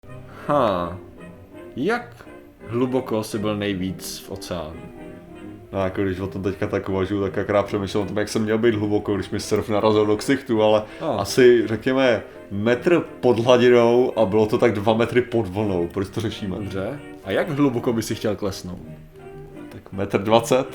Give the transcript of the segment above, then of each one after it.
Jak hluboko jsi byl nejvíc v oceánu? No jako když o tom teďka tak uvažuji, tak akorát přemýšlím o tom, jak jsem měl být hluboko, když mi surf narazil do ksichtu, ale asi řekněme metr pod hladinou a bylo to tak 2 metry pod vlnou, proč to řešíme? Dobře. A jak hluboko by si chtěl klesnout? Tak 1,20 m.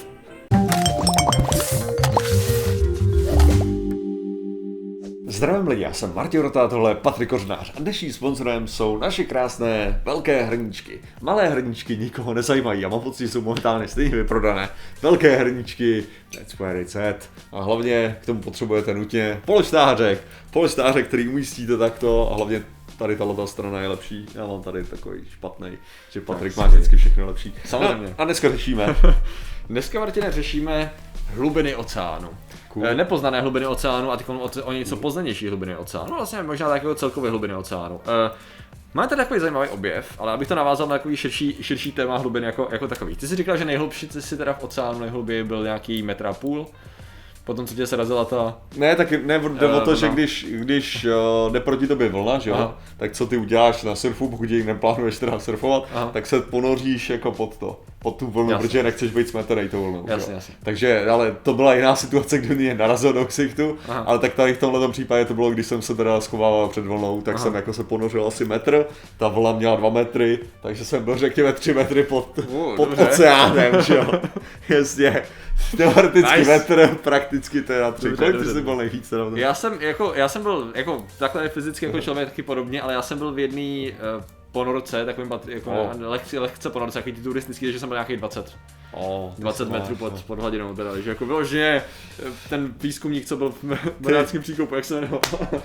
Zdravím lidi, já jsem Martin Rota, tohle je Patrik Kořnář a dnešním sponzorem jsou naše krásné velké hrníčky. Malé hrníčky nikoho nezajímají a mám pocit, že jsou momentálně stejně vyprodané. Velké hrníčky, that's where it's at. A hlavně k tomu potřebujete nutně polštářek, který umístíte takto a hlavně tady tato strana je lepší, já mám tady takový špatný, že Patrik má vždycky všechno lepší. Samozřejmě. No, a dneska řešíme. Dneska, Martine, řešíme hlubiny oceánu. Cool. Nepoznané hlubiny oceánu a teď o něco poznanější hlubiny oceánu, vlastně možná takové celkové hlubiny oceánu. Máme tady takový zajímavý objev, ale abych to navázal na takový širší téma hlubin jako takový. Ty jsi říkal, že nejhlubší si teda v oceánu nejhluběji byl nějaký 1,5 metru. Potom, co tě se razila ta... Ne, tak jde o to, že když jde proti tobě vlna, že jo, tak co ty uděláš na surfu, pokud ji neplánuješ teda surfovat, tak se ponoříš jako pod tu vlnu, protože nechceš být smetenej tou vlnou. Jasně. Takže, ale to byla jiná situace, kdy mě narazil do ksichtu, ale tak tady v tomhle případě to bylo, když jsem se teda schovával před vlnou, tak jsem jako se ponořil asi metr, ta vlna měla 2 metry, takže jsem byl řekněme 3 metry pod oceánem, že jo. Jasně. Teoreticky metr, prakticky teda 3. Kolik ty jsi byl nejvíc teda? Já jsem byl jako takhle fyzicky jako člověk taky podobně, ale já jsem byl v jedné ponorce, takovým jako lehce ponorce, takový ty turistický, že jsem byl nějaký 20 metrů pod hladinou teda, že jako vyloženě ten výzkumník, co byl v Benáckém příkopu, jak se jmenoval.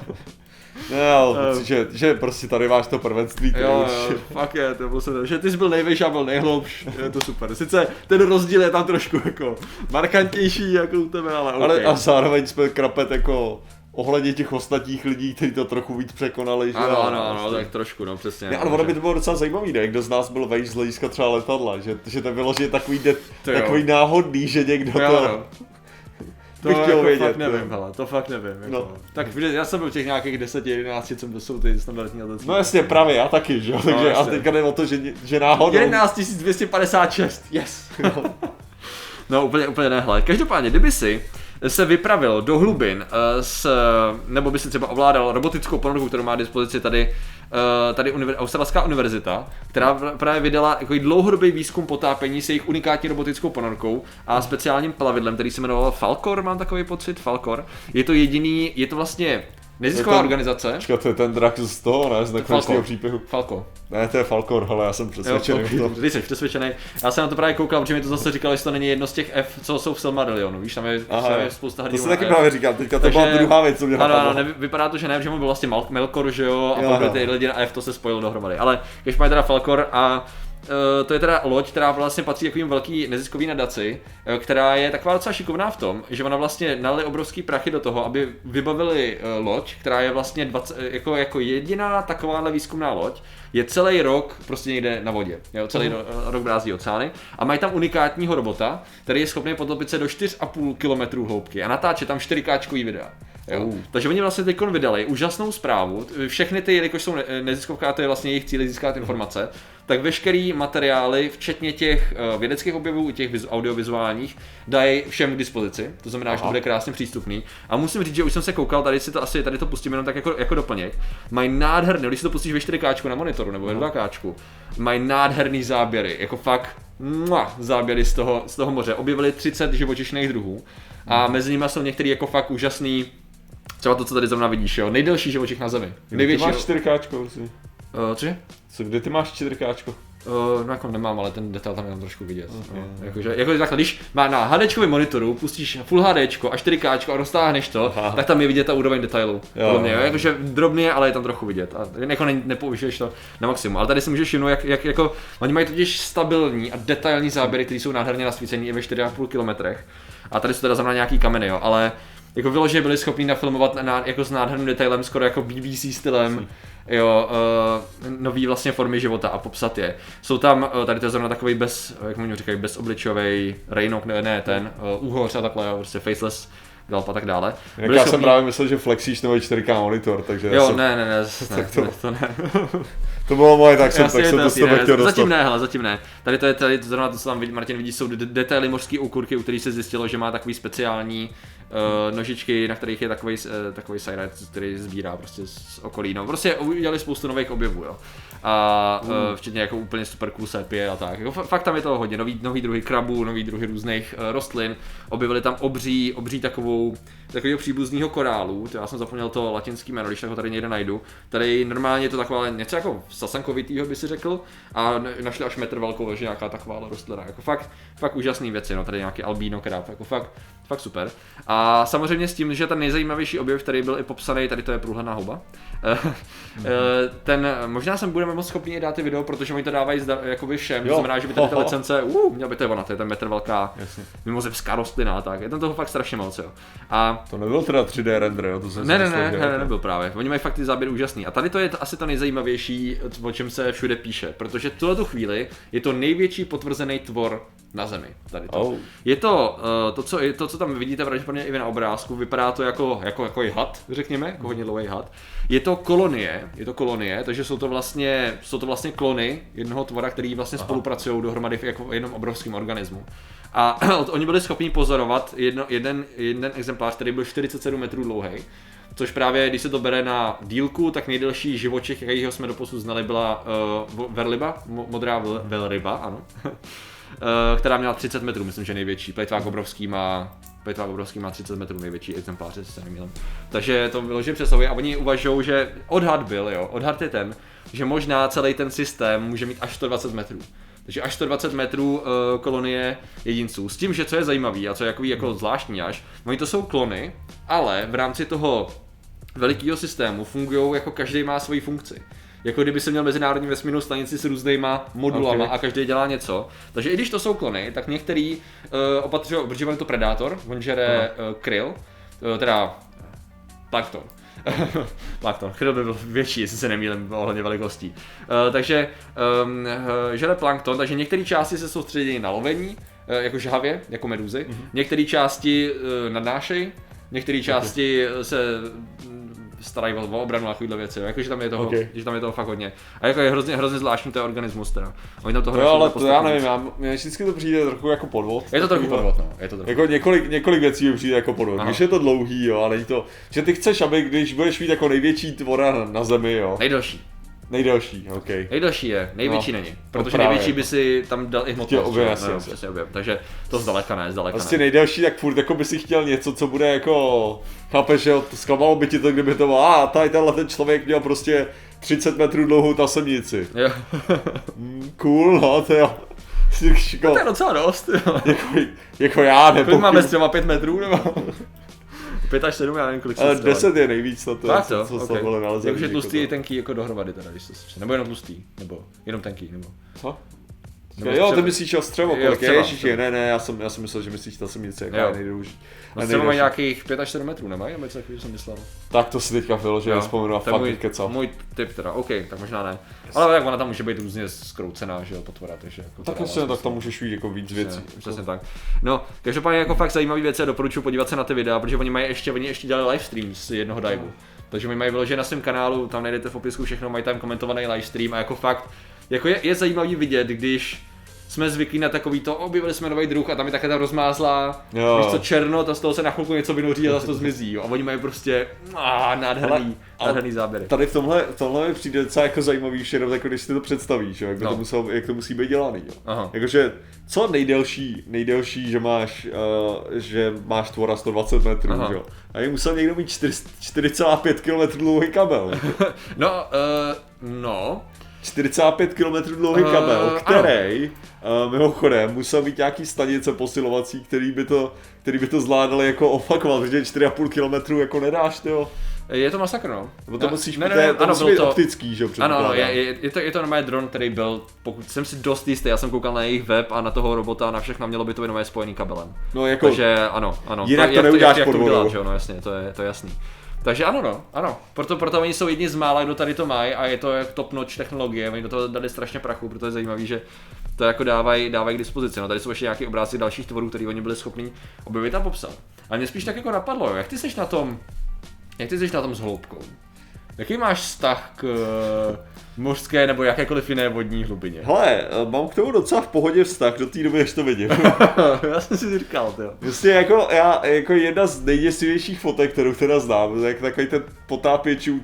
No, že prostě tady máš to prvenství. Jo, fakt je, to bylo že ty jsi byl nejvyšší a byl nejhloubš, je to super. Sice ten rozdíl je tam trošku jako markantnější jako u tebe, ale okay. Ale a zároveň jsme krapet jako ohledně těch ostatních lidí, kteří to trochu víc překonali, že? Ano, tak trošku, no přesně. Ne, ale ono by to bylo docela zajímavý, ne? Kdo z nás byl vejš z hlediska třeba letadla, že to bylo, že je takový náhodný, že někdo to... To jako vědět, fakt nevím, hele, to fakt nevím. Jako. No. Tak já jsem byl těch nějakých 10-11, co jsou ty standardní letecké. No jasně, právě já taky, že jo, takže a teďka jde o to, že náhodou. 11 256, yes. No úplně nehle. Každopádně, kdyby si se vypravil do hlubin nebo by si třeba ovládal robotickou ponorku, kterou má k dispozici tady Australská univerzita, která právě vydala jako dlouhodobý výzkum potápění s jejich unikátní robotickou ponorkou a speciálním plavidlem, který se jmenoval Falkor, mám takový pocit, Falkor. Je to vlastně nezisková organizace. Počkat, to je ten drak z toho, ne? Z nekonečného příběhu. Falko. Ne, to je Falkor, ale já jsem přesvědčený. Ty jsi přesvědčený. Já jsem na to právě koukal, protože mi to zase říkali, že to není jedno z těch F, co jsou v Silmarillionu. Víš, tam je spousta hrdinů. To se taky právě říkal, teďka to byla druhá věc, co mě napadlo. Ano, vypadá to, že ne, že mu byl vlastně Melkor, že jo, a pak ty lidi na F, to se spojilo dohromady. Ale když máš teda Falkor a to je teda loď, která vlastně patří takovým velký neziskový nadaci, která je taková docela šikovná v tom, že ona vlastně nalili obrovský prachy do toho, aby vybavili loď, která je vlastně jako jediná takováhle výzkumná loď, je celý rok prostě někde na vodě, jo, celý rok brázdí oceány a mají tam unikátního robota, který je schopný potopit se do 4,5 km hloubky a natáčet tam 4K videa. Jo. Takže oni vlastně teď vydali úžasnou zprávu, všechny ty, jelikož jsou neziskovka, to je vlastně jejich cíl získat informace, tak veškerý materiály, včetně těch vědeckých objevů i těch audiovizuálních, dají všem k dispozici, to znamená, že to bude krásně přístupný. A musím říct, že už jsem se koukal, tady to pustím jenom tak jako doplněk, mají nádherný, když si to pustíš ve 4K na monitoru nebo ve 2K, mají nádherný záběry, jako fakt záběry z toho moře. Objevili 30 živočišných druhů a mezi nimi jsou některý jako fakt úžasný. Třeba to, co tady zrovna vidíš, jo, nejdelší živočich na zemi. Největší. Ty máš 4K, prosím. Cože? Kde ty máš 4K? No jako nemám, ale ten detail tam je trošku vidět. Okay. Jako takhle, když má na HDčkovém monitoru pustíš Full HDčko a 4K a roztáhneš to, tak tam je vidět ta úroveň detailu. Jakože drobně, ale je tam trochu vidět. A jako nepoužiješ to na maximum. Ale tady si můžeš všimnout, jak jako oni mají totiž stabilní a detailní záběry, které jsou nádherně nasvícený i ve 4,5 kilometrech. A tady jsou teda znamená nějaký kameny, jo, ale jako vyloženě byli schopni nafilmovat jako s nádherným detailem, skoro jako BBC stylem, jo, nový vlastně formy života a popsat je. Jsou tam, tady to je zrovna takový bezobličový rejnok, úhoř a takhle, jo, prostě faceless Galp a tak dále. Já jsem právě myslel, že flexíš nový 4K monitor, takže... Jo, ne, to ne. To bylo moje, tak jsem to s tebe chtěl dostat. Zatím ne. Tady zrovna to, co tam Martin vidí, jsou detaily mořské okurky, u kterých se zjistilo, že má takový speciální nožičky, na kterých je takový sajrat, který sbírá prostě z okolí. No, prostě udělali spoustu nových objevů, jo. A včetně jako úplně super cool sepie a tak. Jako fakt tam je toho hodně, nový druhy krabů, nový druhy různých rostlin. Objevili tam obří takového příbuzného korálu, to já jsem zapomněl to latinský jméno, když tak ho tady někde najdu. Tady normálně je to taková něco jako sasankovitýho, by si řekl, a našli až metr velkou, že nějaká taková rostlina. Jako fakt úžasný věci, no, tady nějaký albino krab, jako fakt super. A samozřejmě s tím, že ten nejzajímavější objev, který byl i popsaný, tady to je průhledná houba. Možná jsem budeme moc schopni dát ty video, protože oni to dávají jakoby všem, to znamená, že by tady ta licence, měla by to je ona, to je ten metr velká mimozemská rostlina a tak, je tam toho fakt strašně moc, jo. A to nebyl teda 3D render, jo, to jsem nebyl právě, oni mají fakt ty záběry úžasný. A tady to je asi to nejzajímavější, o čem se všude píše, protože v tuhletu chvíli je to největší potvrzený tvor na Zemi. Tady to. Je to, co tam vidíte pravděpodobně i na obrázku, vypadá to jako had, řekněme, jako hodně dlouhý had. Je to kolonie, takže jsou to vlastně klony jednoho tvora, který vlastně spolupracují dohromady v jednom obrovském organismu. A oni byli schopni pozorovat jeden exemplář, který byl 47 metrů dlouhý. Což právě, když se to bere na dílku, tak nejdelší živočich, jakýho jsme doposud znali, byla velryba, modrá velryba, ano. Která měla 30 metrů, myslím, že největší. Plejtvák obrovský má 30 metrů, největší exemplář, jestli se nemýlím. Takže to vyloženě představuje a oni uvažují, že odhad je ten, že možná celý ten systém může mít až 120 metrů. Takže až 120 metrů kolonie jedinců. S tím, že co je zajímavý a co je jako zvláštní až, oni to jsou klony, ale v rámci toho velikého systému fungují jako každý má svoji funkci. Jako kdyby se měl mezinárodní vesmírnou stanici s různýma modulama a každý dělá něco. Takže i když to jsou klony, tak některý opatřují, protože on je to predátor, on žere kryl, teda plankton. Plankton, kryl by byl větší, jestli se nemýlím ohledně velikostí. Takže žere plankton, takže některé části se soustředí na lovení, jako žhavě, jako meduzy. Některé části nadnášejí, některé části se starají o obranu a takovýhle věci, jakože tam je toho fakt hodně. A jako je hrozně zvláštní ten organismus teda. Oni tam toho ale to já nevím, mně vždycky to přijde trochu jako podvod. Je to trochu podvod, no. Jako několik věcí mi přijde jako podvod. Když je to dlouhý, jo, a není to, že ty chceš, aby když budeš mít jako největší tvora na Zemi, jo. Nejdelší, ok. Nejdelší je, největší není, protože největší by si tam dal i hmotnost, objem, takže to zdaleka ne. Vlastně nejdelší, tak furt jako by si chtěl něco, co bude jako, chápeš, že zklamalo by ti to, kdyby to bylo, tenhle ten člověk měl prostě 30 metrů dlouhou tasemnici. Jo. Cool, no, to jo. To je docela dost, jo. Jako já nebo. Kolik máme s těma 5 metrů, nebo? 5 až 7, já nevím, kolik se ale 10 je nejvíc na to, co se bylo nalezení. Jakože tlustý je tenký jako dohromady teda, když to se nebo jenom tlustý, nebo jenom tenký, nebo... Co? Jo, ty myslíš o střevo, kolik je, ježiši, ne, já jsem myslel, že myslíš ta semnice, jako je nejdůležitý. No střevo mají nějakých 5 až 7 metrů, nemají? Nebo něco takového jsem myslel. Tak to si teďka vyložil, vzpomenu a fakt kecal. Můj tip teda, OK, tak možná ne. Ale tak ona tam může být různě zkroucená, že jo, potvora, takže jako... Tak jasně, tak tam můžeš vidět jako víc věcí. Přesně tak. No, každopádně jako fakt zajímavý věci a doporučuji podívat se na ty videa, protože oni ještě dělali livestream z jednoho diveu. Takže oni mají vyložené na svém kanálu, tam najdete v popisku všechno, mají tam komentovaný livestream a jako fakt, jako je zajímavý vidět, když jsme zvyklí na takový to, objevili jsme nový druh a tam je také ta rozmázlá, víš co, černo, a z toho se na chvilku něco vynoří a zase to zmizí, jo. A oni mají prostě nádherný záběry. Tady v tomhle mi přijde docela jako zajímavý jenom jako když si to představíš, jo, jak to musí být dělaný, jo. Jakože co nejdelší, že máš tvora 120 metrů, jo. A je musel někdo mít 4,5 km dlouhý kabel. No. 45 km dlouhý kabel, který mimochodem musel mít nějaký stanice posilovací, který by to zvládali jako opakovat, protože 4,5 km jako nedáš, tyjo. Je to masakr, no. Nebo to musíš být optický, že jo, ano, je to normálně dron, který byl, pokud jsem si dost jistý, já jsem koukal na jejich web a na toho robota a na všechno mělo by to být nové spojený kabelem. No jako, takže ano. Jinak to neuděláš pod vodou. No jasně, to je jasný. Takže ano, no, ano. Proto oni jsou jedni z mála, kdo tady to mají a je to jak top notch technologie, oni do toho dali strašně prachu, proto je zajímavý, že to jako dávají k dispozici. No tady jsou ještě nějaké obrázky dalších tvorů, které oni byli schopni objevit a popsat. A mě spíš tak jako napadlo, jo, jak ty seš na tom s hloubkou? Jaký máš vztah k mořské nebo jakékoliv jiné vodní hlubině? Hele, mám k tomu docela v pohodě vztah do té doby, než to vidím. Já jsem si říkal, jo. Vlastně jako jedna z nejděsivějších fotek, kterou teda znám, jak takový ten potápěč u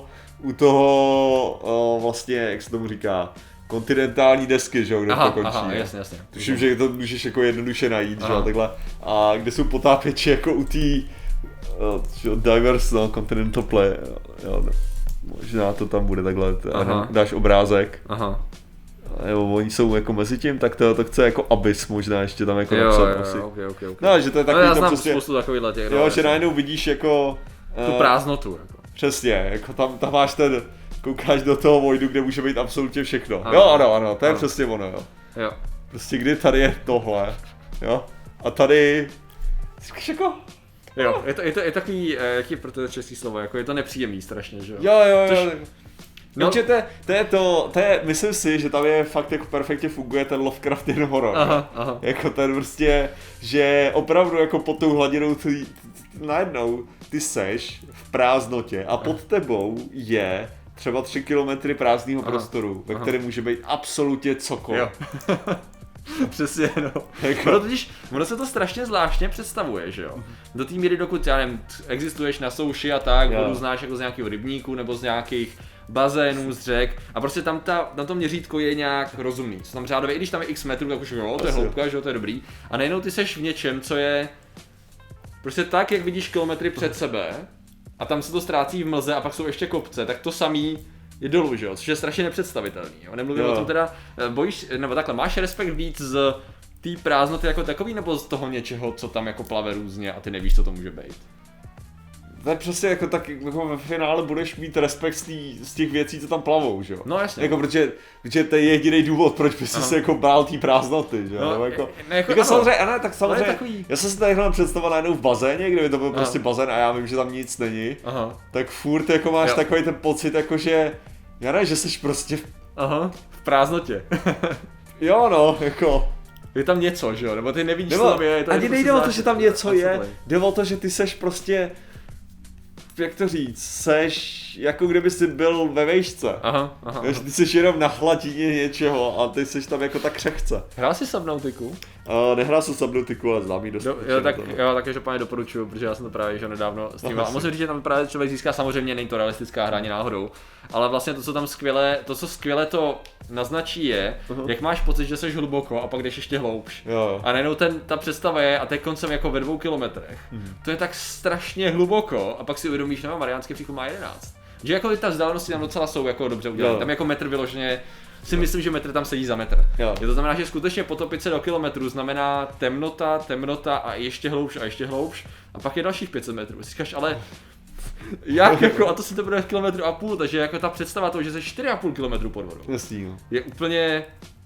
toho vlastně, jak se tomu říká, kontinentální desky, že jo, kde to končí. Aha, jasně. Tuším, že to můžeš jako jednoduše najít, že jo, takhle. A kde jsou potápěči jako u té Divers, no, Continental Play, jo, no. Možná to tam bude takhle, dáš obrázek. Aha. Jo, oni jsou jako mezi tím, tak to chce jako Abyss možná ještě tam jako napsat asi. Okay. No, že to je takový já to znám prostě, spoustu takovýhle těch, jo, že najednou vidíš jako tu prázdnotu, jako. Přesně, jako tam máš koukáš do toho vojdu, kde může být absolutně všechno. Jo, ano, to je přesně ono, jo. Prostě kdy tady je tohle, jo, a tady, jako... Jo, je takový, jaký je pro to český slovo, jako je to nepříjemný strašně, že jo? Jo. No, to je, myslím si, že tam je fakt jako perfektně funguje ten Lovecraftian horor. Aha. Jako ten prostě, že opravdu jako pod tou hladinou najednou ty seš v prázdnotě a pod tebou je třeba 3 kilometry prázdného prostoru, ve kterém může být absolutně cokoliv. Přesně, no. Ono se to strašně zvláštně představuje, že jo? Do té míry, dokud, já nevím, existuješ na souši a tak, vodu znáš jako z nějakého rybníku nebo z nějakých bazénů, z řek a prostě tam to měřítko je nějak rozumný. Co tam řádově, i když tam je x metrů, tak už jo, to je hloubka, že jo, to je dobrý. A najednou ty seš v něčem, co je prostě tak, jak vidíš kilometry před sebe a tam se to ztrácí v mlze a pak jsou ještě kopce, tak to samý je dolů, že jo, což je strašně nepředstavitelný, jo. Nemluvím o tom teda, nebo takhle, máš respekt víc z té prázdnoty jako takový, nebo z toho něčeho, co tam jako plave různě a ty nevíš, co to může být? To je přesně jako tak, jako ve finále budeš mít respekt z těch věcí, co tam plavou, že jo? No jasně. Jako protože to je jediný důvod, proč by si se jako bál té prázdnoty, že jo? No, jako samozřejmě, tak samozřejmě, takový... já jsem si tady představoval najednou v bazéně, kde by to byl prostě bazén a já vím, že tam nic není, tak furt jako máš takový ten pocit, jako že, já ne, že jsi prostě v prázdnotě. Jo no, jako... Je tam něco, že jo? Nebo ty nevidíš, co tam je. Ani nejde o to, že tam něco je, jde o to, že ty seš prostě... Jak to říct, seš jako kdyby jsi byl ve vejšce. Aha. Ty jsi jenom na hladině něčeho a ty jsi tam jako tak křehce. Hrál jsi Subnautiku? Nehrál jsem Subnautiku, ale znám jí dost. Takže pane doporučuju, protože já jsem to právě že nedávno streamoval. A musím říct, že tam právě člověk získá, samozřejmě není to realistická hra ani náhodou, ale vlastně to, co tam skvěle to naznačí je, jak máš pocit, že jsi hluboko a pak jdeš ještě hloubš. Jo. A najednou ta představa je, a teď koncem jako ve 2 kilometrech. To je tak strašně hluboko a pak si uvědomíš, že Mariánský příkop má 11. Že jako ta vzdálenosti tam docela jsou jako dobře udělané. Tam jako metr vyloženě si myslím, že metr tam sedí za metr. To znamená, že skutečně potopit se do kilometrů znamená temnota a ještě hloubš a pak je dalších 500 metrů. Si říkáš, ale jak jako, a to se to bude 1,5 kilometru, takže jako ta představa toho, že jsi 4,5 kilometru pod vodou, je úplně,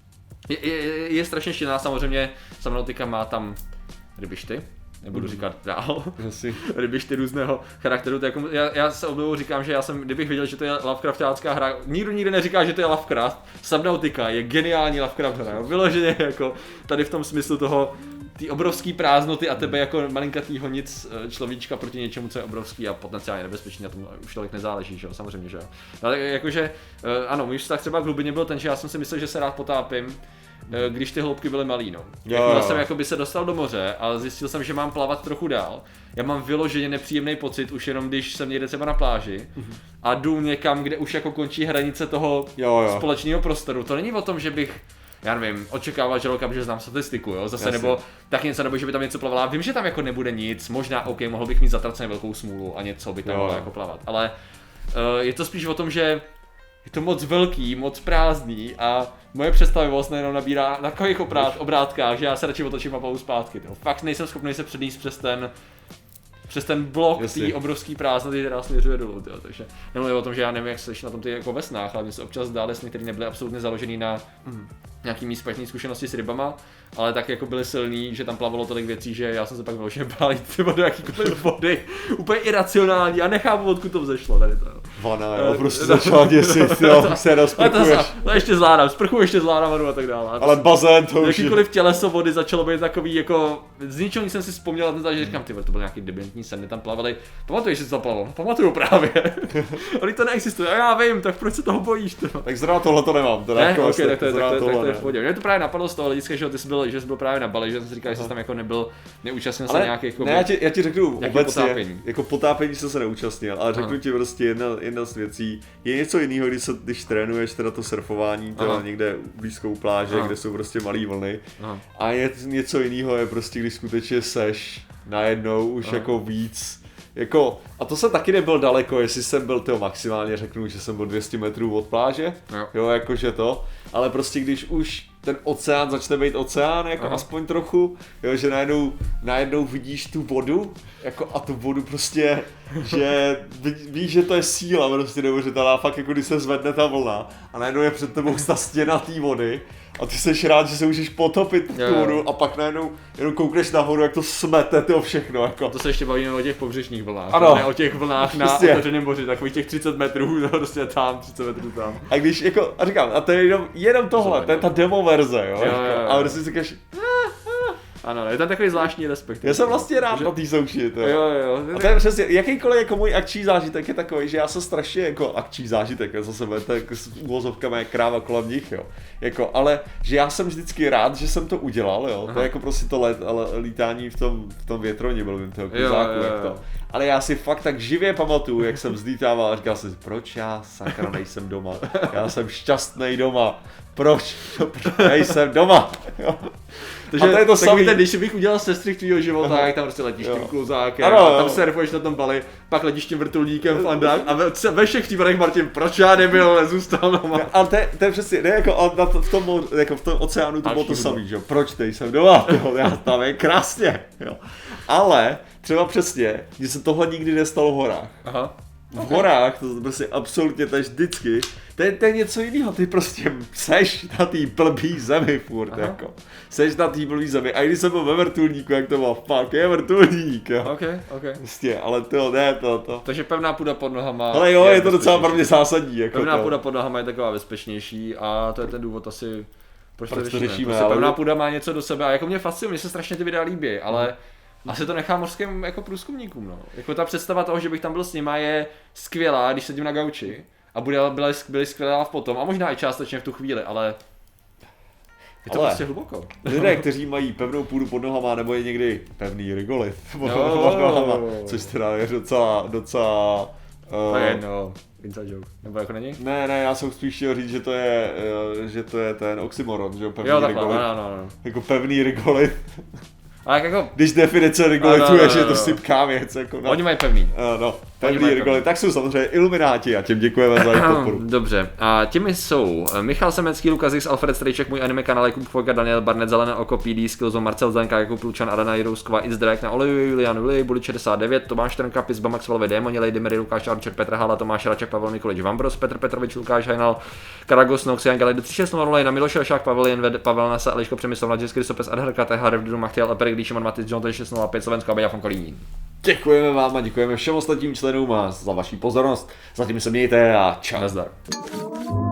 je strašně štěná. Samozřejmě Subnautica má tam rybišty. Nebudu říkat dál, rybišty různého charakteru, to jako, já se oblivou říkám, že kdybych věděl, že to je Lovecraftácká hra, nikdy neříká, že to je Lovecraft, Subnautica je geniální Lovecraft hra, vyloženě jako tady v tom smyslu toho, ty obrovský prázdnoty a tebe jako malinkatýho nic človíčka proti něčemu, co je obrovský a potenciálně nebezpečný, na tom už tolik nezáleží, že jo, samozřejmě, že jo. Ale jakože, ano, můj vztah třeba k hlubině byl ten, že já jsem si myslel, že se rád potápím, když ty hloubky byly malý, no. Jakmile jsem jakoby se dostal do moře a zjistil jsem, že mám plavat trochu dál. Já mám vyloženě nepříjemný pocit už jenom když jsem někde třeba na pláži a jdu někam, kde už jako končí hranice toho společného prostoru. To není o tom, že bych, já nevím, očekával, že znám statistiku, jo, zase nebo tak něco, nebo že by tam něco plavalo. Vím, že tam jako nebude nic, možná mohl bych mít zatraceně velkou smůlu a něco by tam mohlo jako plavat, ale je to spíš o tom, že je to moc velký, moc prázdný a moje představivost nejenom nabírá na takových obrátkách, že já se radši otočím a plavu zpátky. Fakt nejsem schopný se předníst přes ten blok té obrovský prázdnoty, která směřuje dolů. Takže nemluvím o tom, že já nevím, jak seš na tom ty jako ve snách, ale mně se občas zdály sny, které nebyly absolutně založený na nějaký mý špatný zkušenosti s rybama, ale tak jako byly silný, že tam plavalo tolik věcí, že já jsem se pak vyloženě bál jít třeba do jakýkoliv vody, úplně iracionální a nechápu, odkud to vzešlo tady to. Vana, jo, prostě začala děsit, jo, se rozprchuješ. To ještě zvládám, sprchu ještě zvládám a tak dále. Ale bazén to už jakýkoliv těleso vody začalo být takový jako, z ničeho jsem si vzpomněl na ten zážitek, říkám, ty to byl nějaký debilní sen, my tam plavili, pamatuješ, že jsi tam plaval? No, pamatuju právě. Ale to neexistuje, a já vím, tak proč se toho bojíš? Tak zrovna tohle to nemám, teda ne? jako Okay, tak to je v pohodě. Mě to právě napadlo z toho hlediska, že ty jsi byl právě na Bali, že jsem si říkal, že jsi tam jako nebyl, neúčastnil se nějaký jako. Ne, já ti řeknu obecně, potápění. jako potápění jsem se neúčastnil, ale řeknu ti prostě jedna z věcí, je něco jiného, když trénuješ teda to surfování, teda někde blízko u pláže, kde jsou prostě malé vlny. A je něco jiného je prostě, když skutečně seš najednou už jako víc. Jako, a to jsem taky nebyl daleko, jestli jsem byl maximálně řeknu, že jsem byl 200 metrů od pláže, jo, jakože to, ale prostě když už ten oceán začne být oceán, jako aspoň trochu, jo, že najednou vidíš tu vodu, jako a tu vodu prostě, že víš, že to je síla prostě, nebo že to dá fakt, jako když se zvedne ta vlna a najednou je před tebou ta stěna té vody a ty jsi rád, že se můžeš potopit v tu vodu a pak najednou jenom koukneš nahoru, jak to smete to všechno, jako. To se ještě bavíme o těch pobřežních vlnách, ano. Ne o těch vlnách na otevřeném moři, takových těch 30 metrů, no, prostě tam, 30 metrů tam. A když jako, a říkám, a to je jenom tohle, to je ta demo verze, jo. A prostě si říkáš, ano, je tam takový zvláštní respekt. Já jsem vlastně rád na té souši, jo. A to je přesně, jakýkoliv jako můj akční zážitek je takový, že já jsem strašně jako akční zážitek, zase budete jako s úvozovkama je kráva kolem nich, jo. Jako, ale že já jsem vždycky rád, že jsem to udělal, jo. To je jako prostě to lítání v tom větroni, byl vím toho kuzáku, jak to. Ale já si fakt tak živě pamatuju, jak jsem zlítával a říkal jsem, proč já sakra nejsem doma, já jsem šťastný doma, proč nejsem doma, jo. Takže to je to samý. Když bych udělal sestry tvýho života, jak tam prostě letíš tím kluzákem, a tam surfuješ na tom Bali, pak letíš tím vrtulníkem v Andách a ve všech případech Martin, proč já nebyl, nezůstal doma. Ale to je přesně, ne jako v tom oceánu to bylo to samý, že jo, proč nejsem doma, já tam je krásně, jo. Ale třeba přesně, že se tohle nikdy nestalo v horách. V horách to prostě absolutně to je vždycky, to je něco jiného, ty prostě seš na té blbý zemi furt, jako. Seš na té blbý zemi, a když jsem byl ve vrtulníku, jak to bylo, fuck, je vrtulník, jo. Ok. Prostě, ale to. Takže pevná půda pod nohama. Ale jo, je to docela pro mě zásadní, jako. Pevná půda pod nohama je taková bezpečnější a to je ten důvod asi, proč to řešíme. Prostě pevná půda má něco do sebe a jako mě fascinuje, mně se strašně ty videa líbí, ale asi to nechám mořským jako průzkumníkům, no. Jako ta představa toho, že bych tam byl s nima je skvělá, když sedím na gauči a byli skvělá v potom a možná i částečně v tu chvíli, ale je to prostě hluboko. Lidé, kteří mají pevnou půdu pod nohama, nebo je někdy pevný rigolit pod nohama, což teda je docela inside joke, nebo jako není? Ne, já jsem spíš chtěl říct, že to je ten oxymoron, že jo, pevný rigolit. No. Jako pevný rigolit. A jako, když definice rigolitu je, že je to sypká věc, jako no. Oni mají pevný. Pevný rigolit, tak jsou samozřejmě ilumináti a těm děkujeme za jejich podporu. Dobře, a těmi jsou Michal Semecký, Lukas X, Alfred Strejček, můj anime kanál, Jakub Chvojka, Daniel Barnett, Zelené oko, PD, Skillzone, Marcel Zdenka, Jakub Lučan, Adana Jirousková, It's Drake, na Oleju, Julian Uli, Buli 69, Tomáš Trnka, Pizba, Maxwellové démoni, Lady Mary, Lukáš Archer, Petr Hala, Tomáš Raček, Pavel Nikolič, Vambros, Petr Petrovič, Lukáš Hajnal, Karagos, Nox, Jan Galej, 3600, na Miloš Lešák, Pavel Jenved, Pavel Nasa, Eliško Přemyslov, Nadžis Krysopes, Adherka, THR, Vdudu, Machtiel, Eperik, Díšimon, Matic, John 605, Slovensko a Beďa Fonkolíní. Děkujeme vám a děkujeme všem ostatním členům a za vaši pozornost. Zatím se mějte a čau. Nazdar.